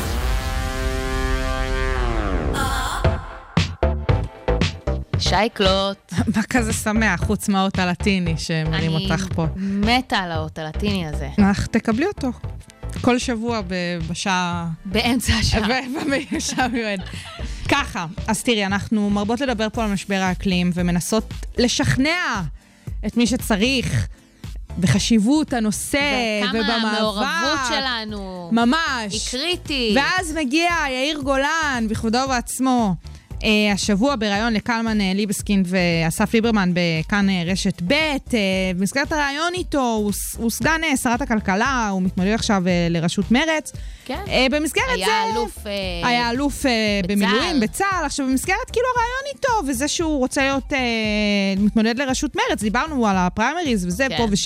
שייקלוט. מה כזה שמח, חוץ מהאות הלטיני שמרים אותך פה. אני מתה על האות הלטיני הזה. תקבלי אותו. כל שבוע בשעה... באמצע השעה. בשעה מיועד. ככה, אז תראי, אנחנו מרבות לדבר פה על משבר האקלים, ומנסות לשכנע את מי שצריך בחשיבות הנושא ובמאבק. וכמה המעורבות שלנו. ממש. היא קריטית. ואז מגיע יאיר גולן בכבודו ובעצמו. השבוע בראיון לקלמן ליבסקין ואסף ליברמן בכאן רשת ב' במסגרת הרעיון איתו, הוא סגן שרת הכלכלה, הוא מתמודד עכשיו לראשות מרץ. כן. במסגרת זה... היה אלוף במילואים בצה"ל. עכשיו במסגרת כאילו הרעיון איתו, וזה שהוא רוצה להיות מתמודד לראשות מרץ, דיברנו על הפריימריז וזה פה ושם.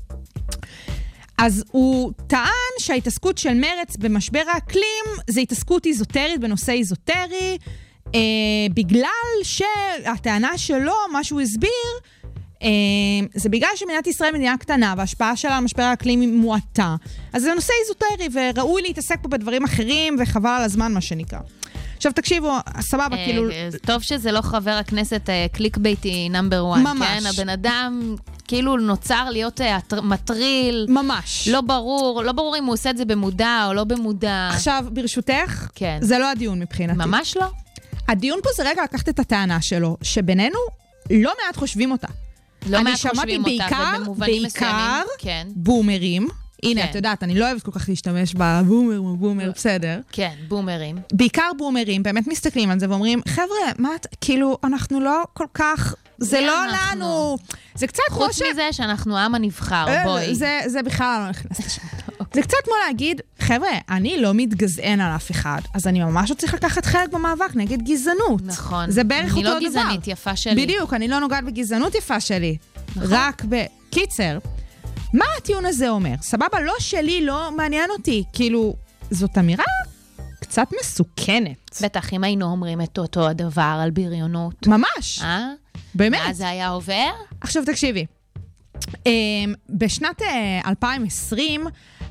אז הוא טען שההתעסקות של מרץ במשבר האקלים זה התעסקות איזוטרית בנושא איזוטרי, בגלל שהטענה שלו, מה שהוא הסביר, זה בגלל שמדינת ישראל מדינה קטנה, וההשפעה שלה על משבר האקלים היא מועטה. אז זה נושא איזוטרי, וראוי להתעסק פה בדברים אחרים, וחבל על הזמן, מה שנקרא. עכשיו תקשיבו, סבבה, כאילו... טוב שזה לא חבר הכנסת קליק ביתי נאמבר 1, ממש. כן? הבן אדם כאילו נוצר להיות מטריל. ממש. לא ברור אם הוא עושה את זה במודע או לא במודע. עכשיו, ברשותך, כן. זה לא הדיון מבחינתי. ממש לא. הדיון פה זה רגע לקחת את הטענה שלו, שבינינו לא מעט חושבים אותה. לא מעט חושבים אותה, ובמובנים מסוימים, כן. בומרים. הנה, כן. את יודעת, אני לא אוהבת כל כך להשתמש בבומר, בסדר. כן, בומרים. בעיקר בומרים, באמת מסתכלים על זה ואומרים, חבר'ה, מה, כאילו, אנחנו לא כל כך, זה לא לנו. זה קצת כמו חוץ מזה שאנחנו עם הנבחר, בואי. זה בכלל לא נכנס לשם. זה קצת כמו להגיד, חבר'ה, אני לא מתגזען על אף אחד, אז אני ממש לא צריך לקחת חלק במאבק נגד גזענות. נכון. זה בערך אותו דבר. אני לא גזענית יפה שלי. בדיוק, אני לא נוגעת בגזענות יפה שלי. רק בקיצר. מה הטיעון הזה אומר? סבבה, לא שלי, לא מעניין אותי. כאילו, זאת אמירה קצת מסוכנת. בטח, אם היינו אומרים את אותו הדבר על בריונות. ממש. באמת. ואז זה היה עובר? עכשיו תקשיבי. בשנת 2020,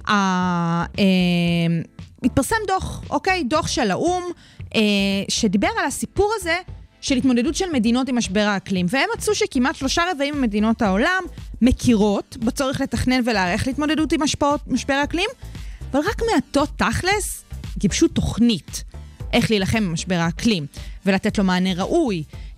התפרסם דוח, אוקיי? דוח של האום, שדיבר על הסיפור הזה של התמודדות של מדינות עם משבר האקלים. והם מצאו שכמעט 3/4 ממדינות העולם מכירות בצורך לתכנן ולהערך להתמודדות עם משבר האקלים, אבל רק מעטות תכלס גיבשו תוכנית איך להילחם במשבר האקלים, ולתת לו מענה ראוי,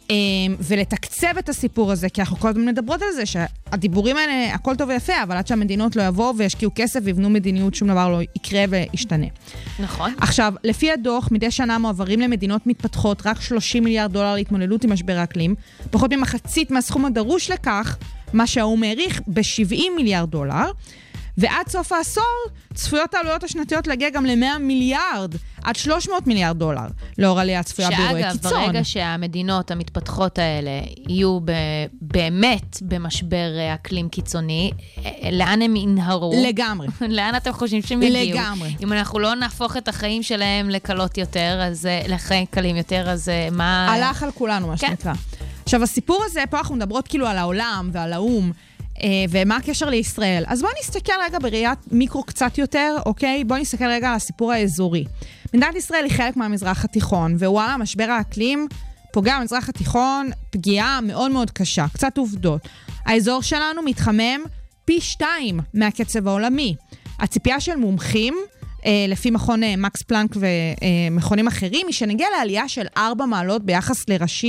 ולתקצב את הסיפור הזה, כי אנחנו כל הזמן מדברות על זה, שהדיבורים האלה, הכל טוב ויפה, אבל עד שהמדינות לא יבואו וישקיעו כסף ויבנו מדיניות, שום דבר לא יקרה וישתנה. נכון. עכשיו, לפי הדוח, מדי שנה מועברים למדינות מתפתחות רק $30 מיליארד להתמודדות עם משבר האקלים, פחות ממחצית מהסכום הדרוש לכך, מה שהאום העריך ב$70 מיליארד, ועד סוף העשור צפויות העלויות השנתיות להגיע גם ל$100 מיליארד, עד $300 מיליארד, לאור עלייה צפויה באירועי קיצון. שאגב, ברגע שהמדינות המתפתחות האלה יהיו באמת במשבר אקלים קיצוני, לאן הם ינהרו? לגמרי. לאן אתם חושבים שהם יגיעו? לגמרי. אם אנחנו לא נהפוך את החיים שלהם לקלות יותר, אז לחיים קלים יותר, אז מה... הלך על כולנו, מה שנקרא. עכשיו, הסיפור הזה, פה אנחנו מדברות כאילו על העולם ועל האום, ומה הקשר לישראל. אז בואו נסתכל רגע בראיית מיקרו קצת יותר, אוקיי? בואו נסתכל רגע על הסיפור האזורי. מדינת ישראל היא חלק מהמזרח התיכון, ווואלה, משבר האקלים פוגע במזרח התיכון פגיעה מאוד מאוד קשה. קצת עובדות. האזור שלנו מתחמם פי 2 מהקצב העולמי. הציפייה של מומחים, לפי מכון מקס פלנק ומכונים אחרים, היא שנגיע לעלייה של 4 מעלות ביחס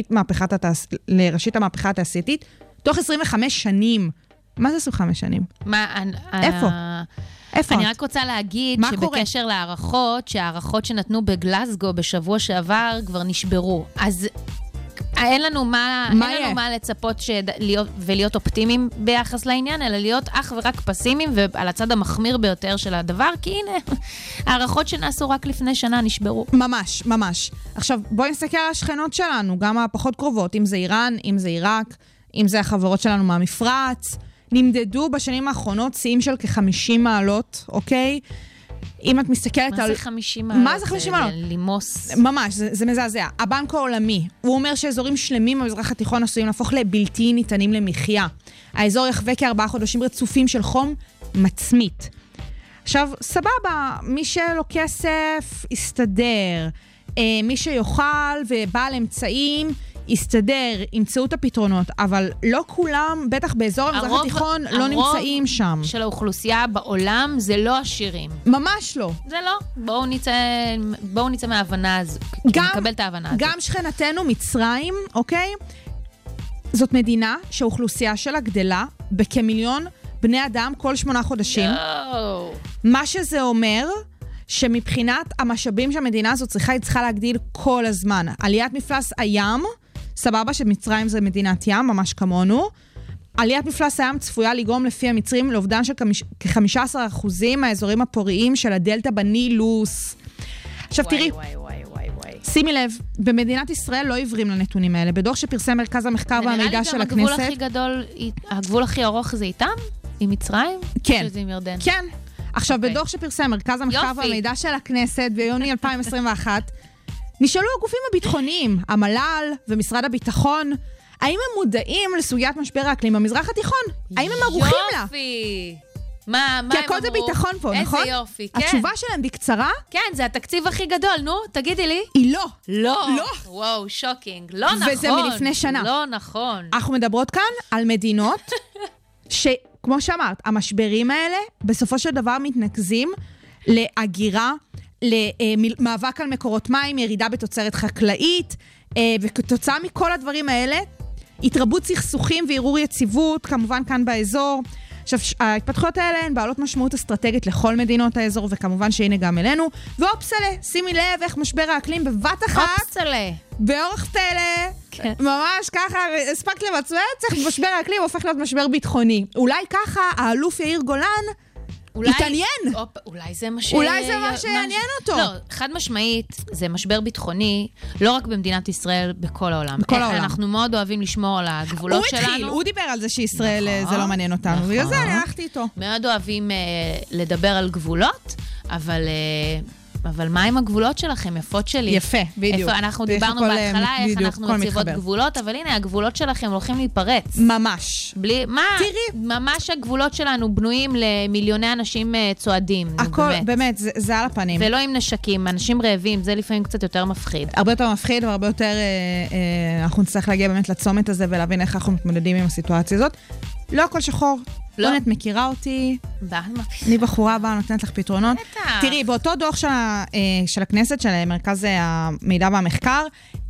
לראשית המהפכה התעשייתית, תוך 25 שנים. מה זה 25 שנים? איפה? אני רק רוצה להגיד שבקשר להערכות, שהערכות שנתנו בגלסגו בשבוע שעבר כבר נשברו. אז אין לנו מה לצפות ולהיות אופטימיים ביחס לעניין, אלא להיות אך ורק פסימיים ועל הצד המחמיר ביותר של הדבר, כי הנה, הערכות שנעשו רק לפני שנה נשברו. ממש, ממש. עכשיו, בואי נסתכל על השכנות שלנו, גם הפחות קרובות, אם זה איראן, אם זה עיראק, אם זה החברות שלנו מהמפרץ, נמדדו בשנים האחרונות שיאים של כ-50 מעלות, אוקיי? אם את מסתכלת על... מה זה 50 מעלות? מה זה 50 מעלות? לימוס. ממש, זה מזעזע. הבנק העולמי, הוא אומר שאזורים שלמים במזרח התיכון עשויים להפוך לבלתי ניתנים למחיה. האזור יחווה כ4 חודשים רצופים של חום מצמית. עכשיו, סבבה, מי שלא כסף, יסתדר. מי שיוכל ובעל אמצעים, יסתדר, ימצאו את הפתרונות, אבל לא כולם, בטח באזור המזרח התיכון, לא נמצאים שם. הרוב של האוכלוסייה בעולם זה לא עשירים. ממש לא. זה לא. בואו נצא מההבנה הזו. נקבל את ההבנה הזו. גם שכנתנו מצרים, אוקיי? זאת מדינה שהאוכלוסייה שלה גדלה בכמיליון בני אדם כל 8 חודשים. מה שזה אומר... שמבחינת המשאבים שהמדינה הזאת היא צריכה להגדיל כל הזמן. עליית מפלס הים, סבבה שמצרים זה מדינת ים, ממש כמונו, עליית מפלס הים צפויה לגרום לפי המצרים לאובדן של כ-15% מהאזורים הפוריים של הדלטה בנילוס. עכשיו תראי, שימי לב, במדינת ישראל לא עיוורים לנתונים האלה. בדוח שפרסם מרכז המחקר והמידע של הכנסת... הגבול הכי גדול, הגבול הכי ארוך זה איתם? עם מצרים? כן. שזה עם ירדן? כן. עכשיו, בדוח שפרסם מרכז המחקר והמידע של הכנסת ביוני 2021, נשאלו הגופים הביטחוניים, המל"ל ומשרד הביטחון, האם הם מודעים לסוגיית משבר האקלים במזרח התיכון? האם הם ערוכים לה? יופי! מה הם אמרו? כי הכל זה ביטחון פה, נכון? איזה יופי, כן. התשובה שלהם בקצרה? כן, זה התקציב הכי גדול, נו, תגידי לי. היא לא. לא. לא. וואו, שוקינג. לא נכון. וזה מלפני שנה. לא נכון. אנחנו מדברות כאן על מדינות שכמו שאמרת, המשברים האלה בסופו של דבר מתנקזים להגירה, למאבק על מקורות מים, ירידה בתוצרת חקלאית, וכתוצאה מכל הדברים האלה, התרבות סכסוכים וערעור יציבות, כמובן כאן באזור. עכשיו, ההתפתחויות האלה הן בעלות משמעות אסטרטגית לכל מדינות האזור, וכמובן שהנה גם אלינו. ואופסלה, שימי לב איך משבר האקלים בבת אחת, אופסלה. באורך פלא, כן. ממש ככה, הספקת למצמץ, משבר האקלים הופך להיות משבר ביטחוני. אולי ככה, האלוף יאיר גולן, התעניין. אולי זה מה שיעניין אותו. לא, חד משמעית, זה משבר ביטחוני, לא רק במדינת ישראל, בכל העולם. בכל העולם. אנחנו מאוד אוהבים לשמור על הגבולות שלנו. הוא דיבר על זה שישראל זה לא מעניין אותנו. בגלל זה אני הלכתי איתו. מאוד אוהבים לדבר על גבולות, אבל מה עם הגבולות שלכם, יפות שלי? יפה, בדיוק. אנחנו דיברנו בהתחלה איך אנחנו מציבות גבולות, אבל הנה, הגבולות שלכם הולכים להיפרץ. ממש. מה? תראי. ממש הגבולות שלנו בנויים למיליוני אנשים צועדים. הכל, באמת, זה על הפנים. ולא עם נשקים, אנשים רעבים, זה לפעמים קצת יותר מפחיד. הרבה יותר מפחיד, והרבה יותר, אנחנו נצטרך להגיע באמת לצומת הזה, ולהבין איך אנחנו מתמודדים עם הסיטואציה הזאת. לא הכל שחור. לא. את מכירה אותי, אני בחורה הבאה, נותנת לך פתרונות. תראי, באותו דוח של הכנסת, של מרכז המידע והמחקר,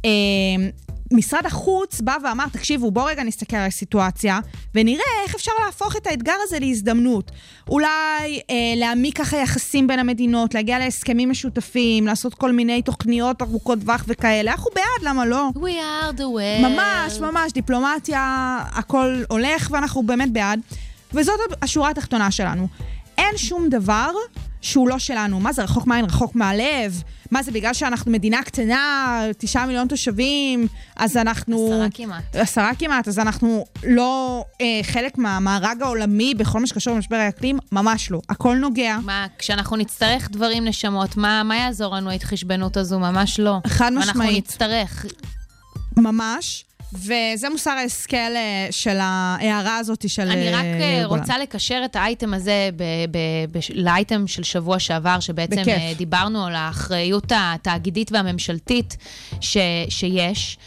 משרד החוץ בא ואמר, תקשיבו, בוא רגע נסתכל על הסיטואציה, ונראה איך אפשר להפוך את האתגר הזה להזדמנות. אולי להעמיק ככה יחסים בין המדינות, להגיע להסכמים משותפים, לעשות כל מיני תוכניות ארוכות טווח וכאלה. אנחנו בעד, למה לא? We are the world. ממש, ממש, דיפלומטיה, הכל הולך, ואנחנו באמת בעד. וזאת השורה התחתונה שלנו. אין שום דבר שהוא לא שלנו. מה זה רחוק מהעין, רחוק מהלב? מה זה בגלל שאנחנו מדינה קטנה, 9 מיליון תושבים, אז אנחנו... 10 כמעט, אז אנחנו לא חלק מהמארג העולמי בכל מה שקשור למשבר האקלים? ממש לא. הכל נוגע. מה, כשאנחנו נצטרך דברים נשמות, מה יעזור לנו ההתחשבנות הזו? ממש לא. חד משמעית. ואנחנו נצטרך. ממש. וזה מוסר ההשכל של ההערה הזאת של אני רק רוצה לקשר את האייטם הזה לאייטם של שבוע שעבר, שבעצם דיברנו על האחריות התאגידית והממשלתית שיש.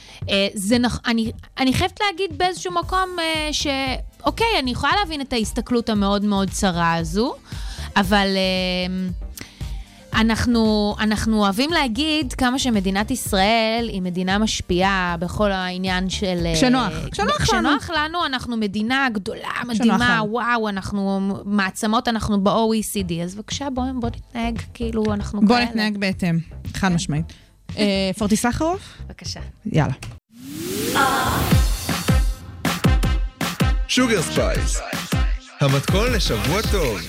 אני חייבת להגיד באיזשהו מקום אוקיי, אני יכולה להבין את ההסתכלות המאוד מאוד צרה הזו, אבל... אנחנו אוהבים להגיד כמה שמדינת ישראל היא מדינה משפיעה בכל העניין של... כשנוח לנו, אנחנו מדינה גדולה, מדהימה, וואו, אנחנו מעצמות, אנחנו ב-OECD, אז בבקשה, בוא נתנהג כאילו אנחנו כאלה. בוא נתנהג בהתאם, חד משמעית. פורטי סחרוף? בבקשה. יאללה. שוגר ספייס, המתכון לשבוע טוב.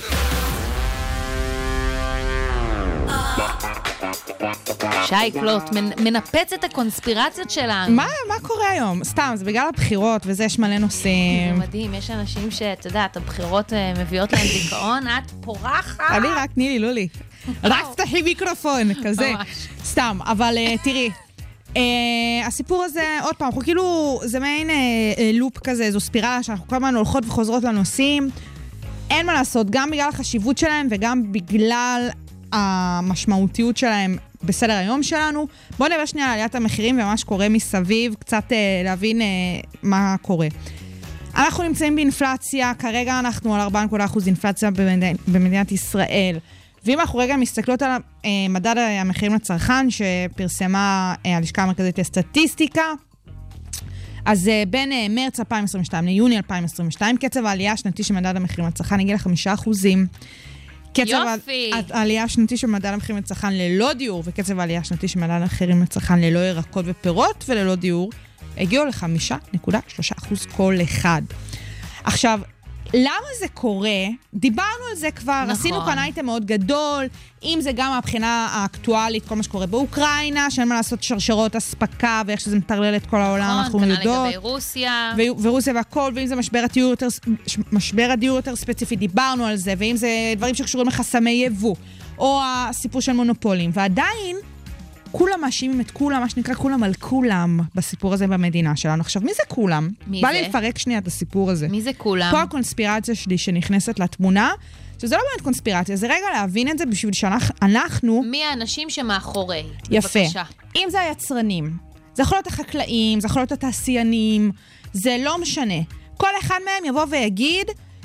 שי קלוט, מנפץ את הקונספירציות שלנו. מה קורה היום? סתם, זה בגלל הבחירות, וזה יש מלא נושאים. זה מדהים, יש אנשים שאת יודעת, הבחירות מביאות להם דיכאון, את פורחת. אני רק, תני לי, לולי. רק תפתחי מיקרופון, כזה. סתם, אבל תראי, הסיפור הזה, עוד פעם, אנחנו כאילו, זה מעין לופ כזה, זו ספירלה שאנחנו כל הזמן הולכות וחוזרות לנושאים. אין מה לעשות, גם בגלל החשיבות שלהם וגם בגלל המשמעותיות שלהם בסדר היום שלנו. בואו נראה שנייה על עליית המחירים ומה שקורה מסביב, קצת להבין מה קורה. אנחנו נמצאים באינפלציה, כרגע אנחנו על 4.1% אינפלציה במדינת ישראל. ואם אנחנו רגע מסתכלות על מדד המחירים לצרכן שפרסמה הלשכה המרכזית לסטטיסטיקה, אז בין מרץ 2022 ליוני 2022, קצב העלייה השנתי של מדד המחירים לצרכן הגיע ל5%. קצב העלייה השנתי של מדד המחירים לצרכן ללא דיור, וקצב העלייה השנתי של מדד המחירים לצרכן ללא ירקות ופירות וללא דיור, הגיעו ל5.3% כל אחד. עכשיו, למה זה קורה? דיברנו על זה כבר, נכון. עשינו כאן אייטם מאוד גדול, אם זה גם מהבחינה האקטואלית, כל מה שקורה באוקראינה, שאין מה לעשות שרשרות הספקה, ואיך שזה מטרלל את כל העולם, נכון, אנחנו יודעות. נכון, לגבי רוסיה. ורוסיה והכל, ואם זה משבר הדיור יותר ספציפי, דיברנו על זה, ואם זה דברים שקשורים לחסמי יבוא, או הסיפור של מונופולים, ועדיין, כולם מאשימים את כולם, מה שנקרא כולם על כולם בסיפור הזה במדינה שלנו. עכשיו, מי זה כולם? מי בא זה? לי לפרק שנייה את הסיפור הזה. מי זה כולם? פה הקונספירציה שלי שנכנסת לתמונה, שזה לא באמת קונספירציה, זה רגע להבין את זה בשביל שאנחנו... מי האנשים שמאחורי? יפה. בבקשה. אם זה היצרנים, זה יכול להיות החקלאים, זה יכול להיות התעשיינים, זה לא משנה. כל אחד מהם יבוא ויגיד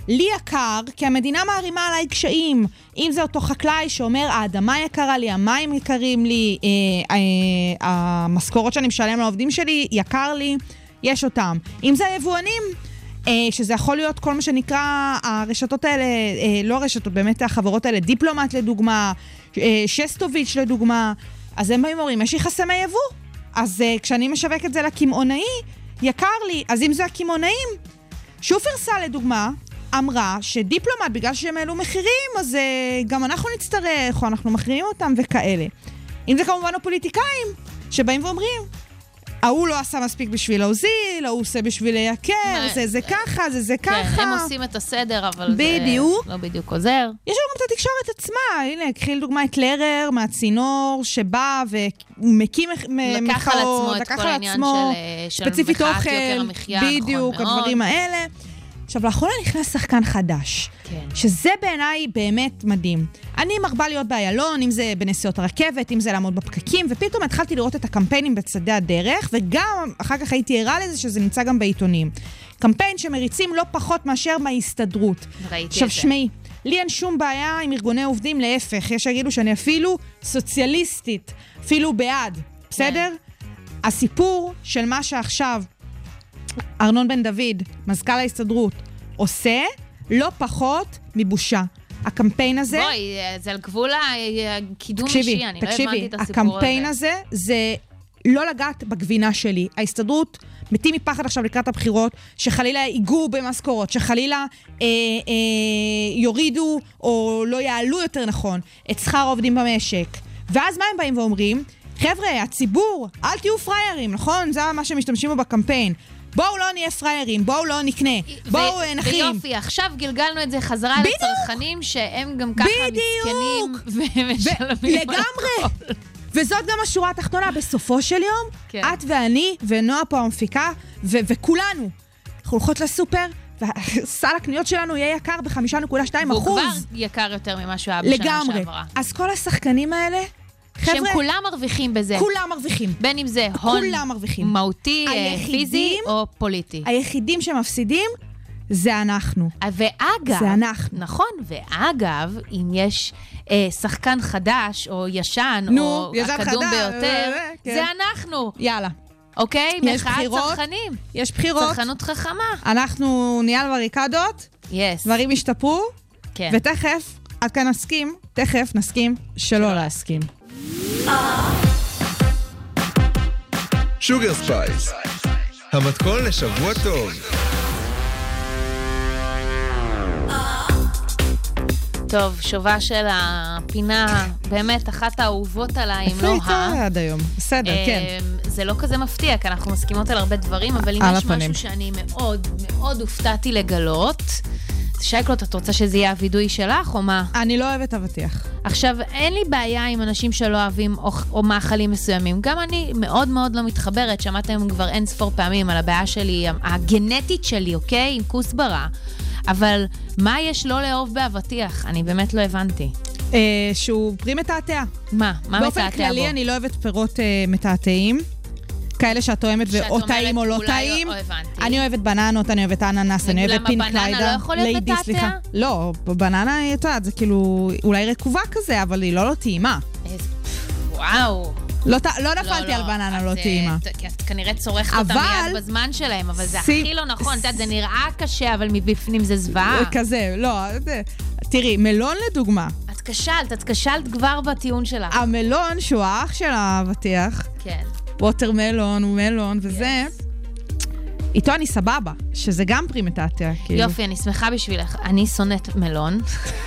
לי יקר, כי המדינה מערימה עליי קשיים. אם זה אותו חקלאי שאומר, האדמה יקרה לי, המים יקרים לי, המשכורות שאני משלם לעובדים שלי, יקר לי, יש אותם. אם זה היבואנים, שזה יכול להיות כל מה שנקרא, הרשתות האלה, לא הרשתות, באמת החברות האלה, דיפלומט לדוגמה, שסטוביץ' לדוגמה, אז הם באים ואומרים, יש לי חסמי יבוא. אז כשאני משווק את זה לקמעונאי, יקר לי. אז אם זה הקמעונאים, שופרסל לדוגמה, אמרה שדיפלומט, בגלל שהם העלו מחירים, אז גם אנחנו נצטרך, או אנחנו מחרימים אותם וכאלה. אם זה כמובן הפוליטיקאים, שבאים ואומרים, הוא לא עשה מספיק בשביל להוזיל, הוא עושה בשביל לייקר, זה ככה, זה ככה. כן, הם עושים את הסדר, אבל בדיוק. זה לא בדיוק עוזר. יש לנו גם את התקשורת עצמה. הנה, קחי לדוגמה את לרר מהצינור, שבא ומקים מחאות, לקח על עצמו ספציפית אוכל, בדיוק, הדברים האלה. עכשיו, לאחרונה נכנס שחקן חדש, שזה בעיניי באמת מדהים. אני מרבה להיות באיילון, אם זה בנסיעות רכבת, אם זה לעמוד בפקקים, ופתאום התחלתי לראות את הקמפיינים בצדי הדרך, וגם אחר כך הייתי ערה לזה שזה נמצא גם בעיתונים. קמפיין שמריצים לא פחות מאשר מההסתדרות. עכשיו, שמי, לי אין שום בעיה עם ארגוני עובדים, להפך, יש שיגידו שאני אפילו סוציאליסטית, אפילו בעד, בסדר? הסיפור של מה שעכשיו ארנון בן דוד, מזכ"ל ההסתדרות, עושה לא פחות מבושה. הקמפיין הזה... בואי, זה על גבול הקידום אישי, אני לא הבנתי את הסיפור הזה. הקמפיין הזה זה לא לגעת בגבינה שלי. ההסתדרות מתים מפחד עכשיו לקראת הבחירות, שחלילה ייגעו במשכורות, שחלילה יורידו או לא יעלו יותר נכון את שכר העובדים במשק. ואז מה הם באים ואומרים? חבר'ה, הציבור, אל תהיו פריירים, נכון? זה מה שמשתמשים בו בקמפיין. בואו לא נהיה פריירים, בואו לא נקנה, בואו נחים. ויופי, עכשיו גלגלנו את זה חזרה לצרכנים שהם גם ככה מסכנים ומשלמים. לגמרי. וזאת גם השורה התחתונה, בסופו של יום, את ואני ונועה פה המפיקה, וכולנו, אנחנו הולכות לסופר, וסל הקניות שלנו יהיה יקר ב5.2%. והוא כבר יקר יותר ממה שהוא היה בשנה שעברה. לגמרי. אז כל השחקנים האלה, שהם כולם מרוויחים בזה. כולם מרוויחים. בין אם זה הון מהותי, פיזי או פוליטי. היחידים שמפסידים זה אנחנו. ואגב, זה אנחנו. נכון, ואגב, אם יש שחקן חדש או ישן, או הקדום ביותר, זה אנחנו. יאללה. אוקיי? מחאת צרכנים. יש בחירות. צרכנות חכמה. אנחנו נהיה על בריקדות. דברים ישתפרו. כן. ותכף, עד כאן תכף נסכים שלא להסכים. שוגר ספייס, המתכון לשבוע טוב. טוב, שובה של הפינה, באמת אחת האהובות עליי, אם לא איפה הייתה עד היום? בסדר, כן. זה לא כזה מפתיע, כי אנחנו מסכימות על הרבה דברים, אבל אם יש משהו שאני מאוד מאוד הופתעתי לגלות, שייקלוט, את רוצה שזה יהיה הוידוי שלך, או מה? אני לא אוהבת אבטיח. עכשיו, אין לי בעיה עם אנשים שלא אוהבים או מאכלים מסוימים. גם אני מאוד מאוד לא מתחברת, שמעתם כבר אין ספור פעמים על הבעיה שלי, הגנטית שלי, אוקיי? עם כוסברה. אבל מה יש לא לאהוב באבטיח? אני באמת לא הבנתי. שהוא פרי מתעתע. מה מתעתע בו? באופן כללי אני לא אוהבת פירות מתעתעים. כאלה שאת אוהמת או טעים או לא טעים. אני אוהבת בננות, אני אוהבת אננס, אני אוהבת פינק ליידה. למה בננה לא יכול להיות מתעתע? לא, בננה היא יודעת, זה כאילו אולי רקובה כזה, אבל היא לא טעימה. וואו. לא נפלתי על בננה לא טעימה. כי את כנראה צורכת אותה מיד בזמן שלהם, אבל זה הכי לא נכון. זה נראה קשה, אבל מבפנים זה זוועה. כזה, לא. תראי, מלון לדוגמה. את כשלת כבר בטיעון שלך. המלון שהוא האח של האבטיח. כן. ווטרמלון ומלון וזה, איתו אני סבבה, שזה גם פרי מתעתע. יופי, אני שמחה בשבילך. אני שונאת מלון.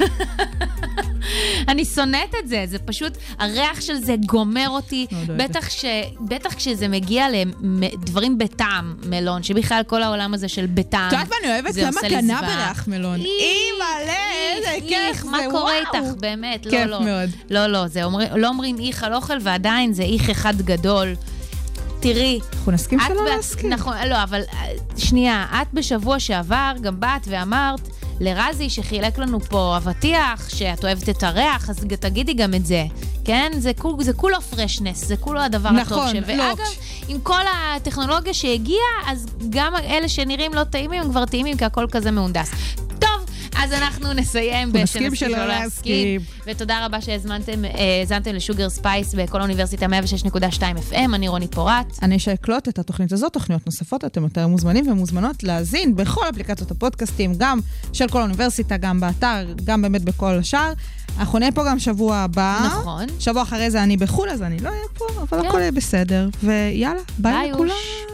אני שונאת את זה, זה פשוט, הריח של זה גומר אותי, בטח כשזה מגיע לדברים בטעם מלון, שבכלל כל העולם הזה של בטעם, את יודעת מה אני אוהבת? למה קנה בריח מלון? איזה כיף, מה קורה איתך? באמת, לא. כיף מאוד. לא, לא אומרים איך על אוכל, ועדיין זה איך אחד גדול. תראי. אנחנו נסכים שלא להסכים. נכון, לא, אבל שנייה, את בשבוע שעבר גם באת ואמרת, לרזי שחילק לנו פה אבטיח, שאת אוהבת את הריח, אז תגידי גם את זה. כן? זה כולו פרשנס, זה כולו הדבר הטוב. ואגב, עם כל הטכנולוגיה שהגיעה, אז גם אלה שנראים לא טעימים, הם כבר טעימים, כי הכל כזה מהונדס. טוב, אז אנחנו נסיים נסכים שלא להסכים. ותודה רבה שהזמנתם לשוגר ספייס בכל האוניברסיטה 106.2 FM. אני רוני פורט. אני שאקלוט את התוכנית הזאת, תוכניות נוספות, אתם יותר מוזמנים ומוזמנות להזין בכל אפליקציות הפודקאסטים, גם של כל האוניברסיטה, גם באתר, גם באמת בכל השאר. אנחנו נהיה פה גם שבוע הבא. נכון. שבוע אחרי זה אני בחול, אז אני לא אהיה פה, אבל הכל יהיה בסדר. ויאללה, ביי לכולם.